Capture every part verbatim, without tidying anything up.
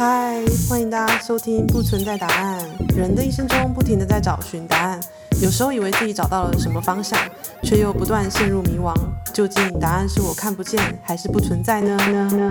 嗨，欢迎大家收听不存在答案。人的一生中不停地在找寻答案，有时候以为自己找到了什么方向，却又不断陷入迷惘。究竟答案是我看不见，还是不存在呢？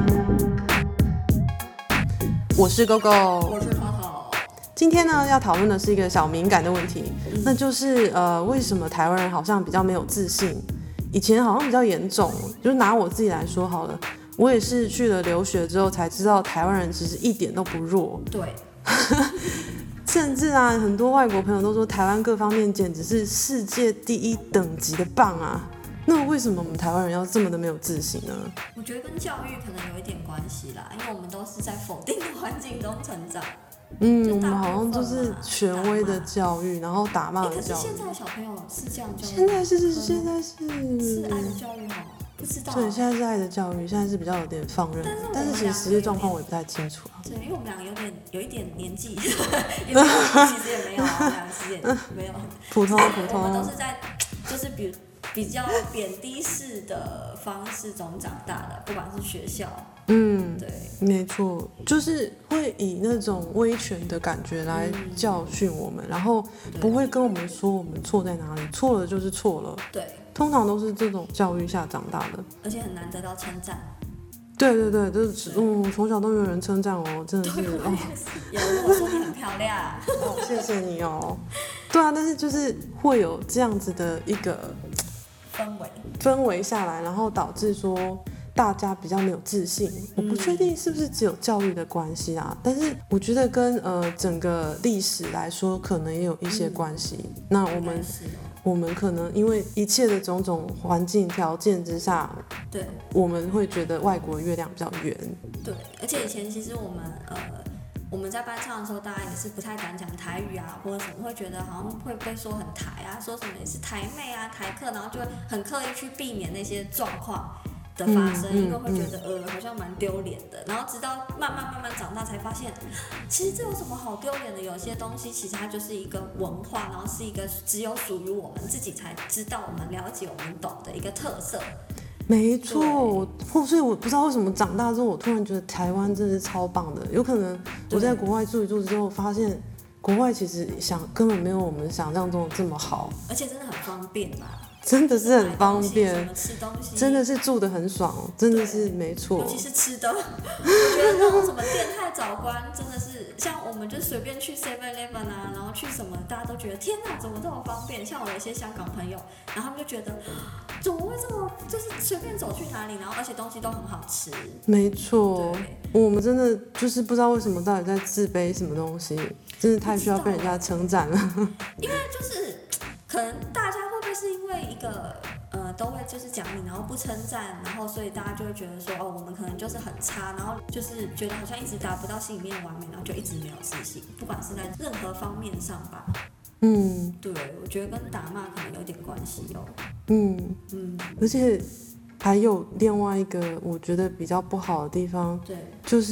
我是 GoGo， 我是涛涛。 今天呢，要讨论的是一个小敏感的问题，嗯、那就是呃，为什么台湾人好像比较没有自信？以前好像比较严重，就是拿我自己来说好了。我也是去了留学之后才知道，台湾人其实一点都不弱。 对， 甚至啊，很多外国朋友都说台湾各方面简直是世界第一等级的棒啊。那为什么我们台湾人要这么的没有自信呢？ 我觉得跟教育可能有一点关系啦，因为我们都是在否定的环境中成长。 嗯，我们好像就是权威的教育，然后打骂的教育。 可是现在的小朋友是这样教育？ 现在是是现在是是爱的教育哦。不知道， 对，现在是爱的教育，现在是比较有点放任，但是其实实际状况我也不太清楚啊。 对，因为我们两个有点有一点年纪，其实也没有，我们两个其实也没有普通普通。 我们都是在就是比比较贬低式的方式中长大的，不管是学校， 嗯， 对， 没错，就是会以那种威权的感觉来教训我们，嗯、然后不会跟我们说我们错在哪里，错了就是错了。 对。 通常都是这种教育下长大的， 而且很难得到称赞。 对对对，就是嗯，从小都没有人称赞我，真的是哦。 有人跟我说你很漂亮， 哦，谢谢你哦。对啊，但是就是会有这样子的一个氛围氛围下来，然后导致说大家比较没有自信。我不确定是不是只有教育的关系啊，但是我觉得跟呃整个历史来说，可能也有一些关系。嗯、那我们。我们可能因为一切的种种环境条件之下， 对， 我们会觉得外国的月亮比较圆。 对，而且以前其实我们呃我们在班上的时候，大家也是不太敢讲台语啊，或者什么，会觉得好像会被说很台啊，说什么也是台妹啊、台客，然后就会很刻意去避免那些状况的发生，嗯嗯、因为会觉得呃好像蛮丢脸的。然后直到慢慢慢慢长大，才发现其实这有什么好丢脸的？有些东西其实它就是一个文化，然后是一个只有属于我们自己才知道、我们了解、我们懂的一个特色。 没错，所以我不知道为什么长大之后，我突然觉得台湾真的是超棒的。有可能我在国外住一住之后，发现国外其实想根本没有我们想象中的这么好， 而且真的很方便嘛。 真的是很方便， 吃东西真的是住得很爽，真的是没错。 尤其是吃的，我觉得那种什么店太早关，真的是像我们就随便去 seven eleven 啊，然后去什么，大家都觉得天哪，怎么这么方便？像我有一些香港朋友，然后他们就觉得怎么会这么，就是随便走去哪里，然后而且东西都很好吃。 没错，我们真的就是不知道为什么到底在自卑什么东西，真的太需要被人家称赞了。 因为就是可能大家。是因为一个呃都会就是讲你，然后不称赞，然后所以大家就会觉得说哦，我们可能就是很差，然后就是觉得好像一直达不到心里面的完美，然后就一直没有自信，不管是在任何方面上吧。嗯，对，我觉得跟打骂可能有点关系哦。嗯嗯， 而且还有另外一个我觉得比较不好的地方， 对， 就是。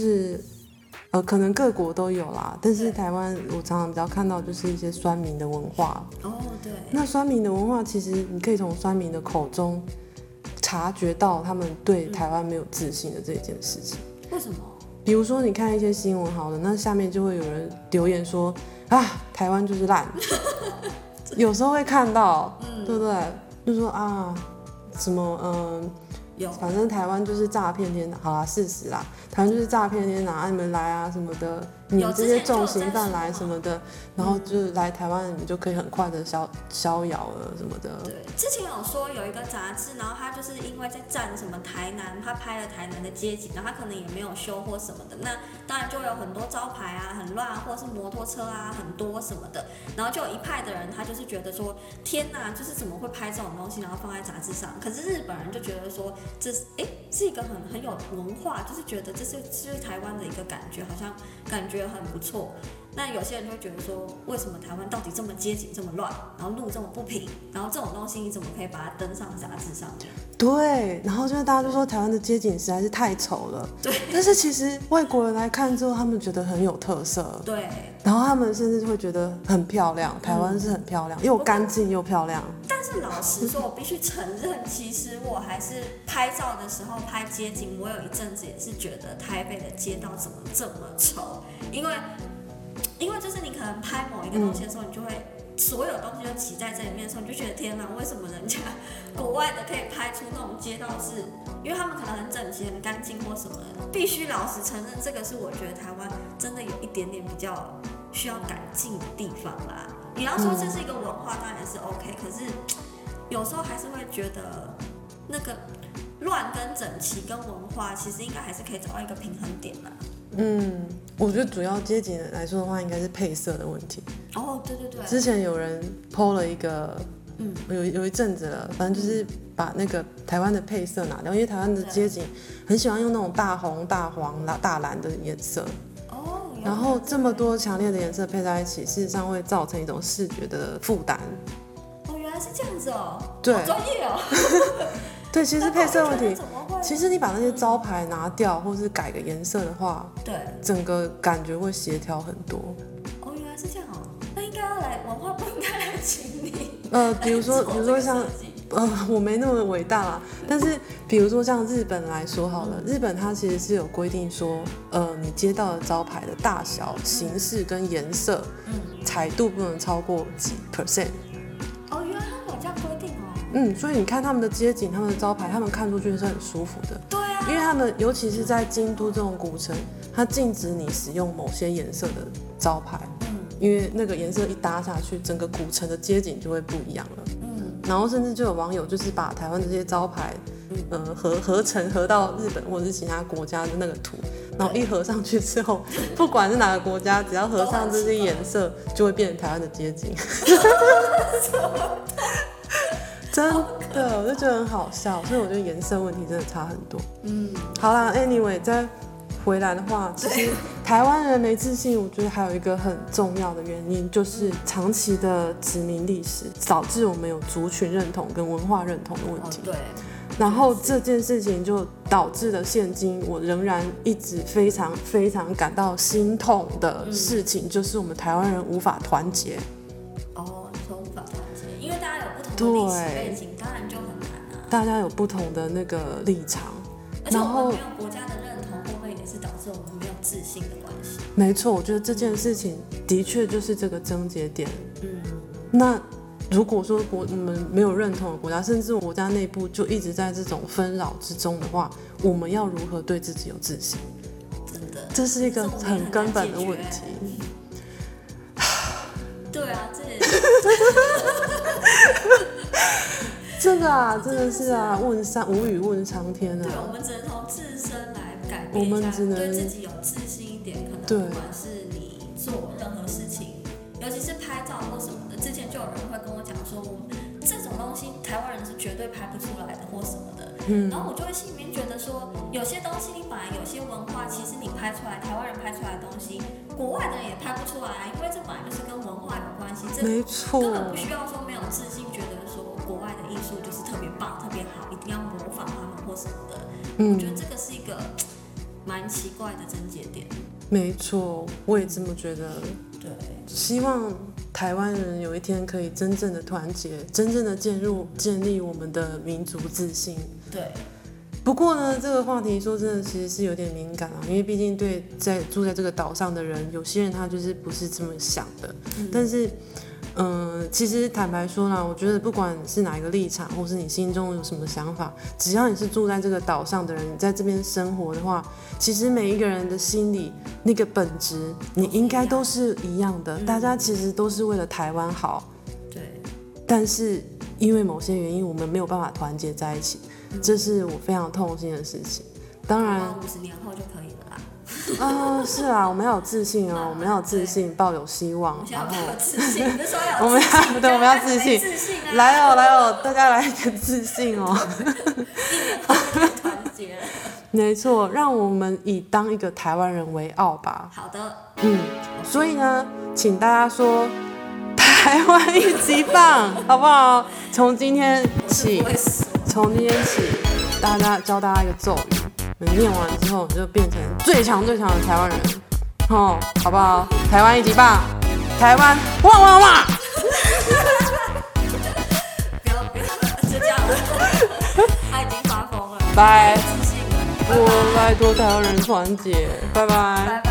呃，可能各国都有啦，但是台湾我常常比较看到就是一些酸民的文化。 哦，对。 那酸民的文化，其实你可以从酸民的口中察觉到他们对台湾没有自信的这一件事情。 为什么？ 比如说你看一些新闻好了，那下面就会有人留言说啊，台湾就是烂。有时候会看到，嗯、对不对？就说啊，什么嗯。 有反正台湾就是诈骗天堂，好啦，事实啦，台湾就是诈骗天堂，啊你们来啊什么的，你们这些重刑犯来什么的，然后就是来台湾，你们就可以很快的逍逍遥了什么的。 对，之前有说有一个杂志，然后他就是因为在站什么台南，他拍了台南的街景，然后他可能也没有修或什么的，那当然就有很多招牌啊很乱啊，或者是摩托车啊很多什么的，然后就有一派的人他就是觉得说天哪，就是怎么会拍这种东西，然后放在杂志上？可是日本人就觉得说。这是哎，是一个很很有文化，就是觉得这是这是台湾的一个感觉，好像感觉很不错。那有些人就会觉得说，为什么台湾到底这么街景这么乱，然后路这么不平，然后这种东西你怎么可以把它登上杂志上面？ 对，然后就是大家就说台湾的街景实在是太丑了。 对。 但是其实外国人来看之后，他们觉得很有特色。 对。 然后他们甚至会觉得很漂亮，台湾是很漂亮，嗯、又干净又漂亮。 但是老实说，我必须承认，其实我还是拍照的时候拍街景，我有一阵子也是觉得台北的街道怎么这么丑，因为因为就是你可能拍某一个东西的时候，嗯、你就会。所有东西都挤在这里面的时候，你就觉得天哪，为什么人家国外的可以拍出那种街道是，因为他们可能很整齐、很干净或什么的。必须老实承认，这个是我觉得台湾真的有一点点比较需要改进的地方啦。你要说这是一个文化，当然是 OK， 可是有时候还是会觉得那个乱跟整齐跟文化，其实应该还是可以找到一个平衡点啦。 嗯，我觉得主要街景来说的话，应该是配色的问题。 哦，对对对。 之前有人 po 了一个，嗯，有有一阵子了，反正就是把那个台湾的配色拿掉，因为台湾的街景很喜欢用那种大红、大黄、大蓝的颜色。 哦。 然后这么多强烈的颜色配在一起，事实上会造成一种视觉的负担。 哦，原来是这样子哦。 对。 好专业哦。 对，其实配色问题，其实你把那些招牌拿掉，或是改个颜色的话， 对， 整个感觉会协调很多。 哦，原来是这样哦，那应该要来文化部应该来请你。 呃，比如说，比如说像，呃，我没那么伟大啦，但是比如说像日本来说好了，嗯、日本它其实是有规定说，呃，你街道的招牌的大小、形式跟颜色，嗯，彩度不能超过几 percent。 哦，原来他们有这样规定哦。 嗯，所以你看他们的街景、他们的招牌，他们看出去是很舒服的。 对啊， 因为他们尤其是在京都这种古城，它禁止你使用某些颜色的招牌，嗯，因为那个颜色一搭下去，整个古城的街景就会不一样了。嗯，然后甚至就有网友就是把台湾这些招牌，呃，合合成合到日本或者是其他国家的那个图，然后一合上去之后，不管是哪个国家，只要合上这些颜色，就会变成台湾的街景。真的，我就觉得很好笑，所以我觉得颜色问题真的差很多。嗯，好啦 ，anyway， 再回来的话，其实台湾人没自信，我觉得还有一个很重要的原因，就是长期的殖民历史导致我们有族群认同跟文化认同的问题。 哦、对。 然后这件事情就导致了现今我仍然一直非常非常感到心痛的事情，嗯、就是我们台湾人无法团结。 哦，你说无法团结，因为大家有不同的历史背景，当然就很难啊。 大家有不同的那个立场， 而且我们没有国家的认同，会不会也是导致我们没有自信的关系？ 没错，我觉得这件事情的确就是这个症结点。嗯，那如果说国我们没有认同的国家，甚至国家内部就一直在这种纷扰之中的话，我们要如何对自己有自信？ 真的， 这是一个很根本的问题。 对啊，这也这个啊，真的是啊，问上无语问苍天啊。 对，我们只能从自身来改变一下， 我们只能对自己有自信一点。可能不管是你做任何事情，尤其是拍照或什么的，之前就有人会跟我讲说，我们这种东西台湾人是绝对拍不出来的或什么的。嗯，然后我就会心里面觉得说，有些东西你本来有些文化，其实你拍出来，台湾人拍出来的东西，国外的人也拍不出来，因为这本来就是跟文化有关系。这没错， 根本不需要说没有自信，觉得说国外的艺术就是特别棒、特别好，一定要模仿他们或什么的。嗯，我觉得这个是一个蛮奇怪的症结点。 没错，我也这么觉得。 对， 希望台湾人有一天可以真正的团结，真正的建入建立我们的民族自信。 对。 不过呢，这个话题说真的，其实是有点敏感啊，因为毕竟对在住在这个岛上的人，有些人他就是不是这么想的。嗯、但是，嗯、呃，其实坦白说啦，我觉得不管是哪一个立场，或是你心中有什么想法，只要你是住在这个岛上的人，你在这边生活的话，其实每一个人的心里那个本质，你应该都是一样的。嗯、大家其实都是为了台湾好。 对。但是因为某些原因，我们没有办法团结在一起。这是我非常痛心的事情。当然， 五十年后就可以了啦。 啊、呃，是啊，我们要有自信哦，我们要有自信，抱有希望。 然后，我们要对，我们要自信。来哦，来哦，大家来一点自信哦。 团结了。 没错，让我们以当一个台湾人为傲吧。 好的。 嗯，所以呢，请大家说台湾一级棒，好不好？从今天起。 从今天起，大家教大家一个咒语，你念完之后你就变成最强最强的台湾人，哦，好不好？台湾一级棒，台湾旺旺旺！ 不要不要，就这样了，他已经发疯了， 拜， 自信了， 我拜托台湾人团结，拜拜。 拜拜。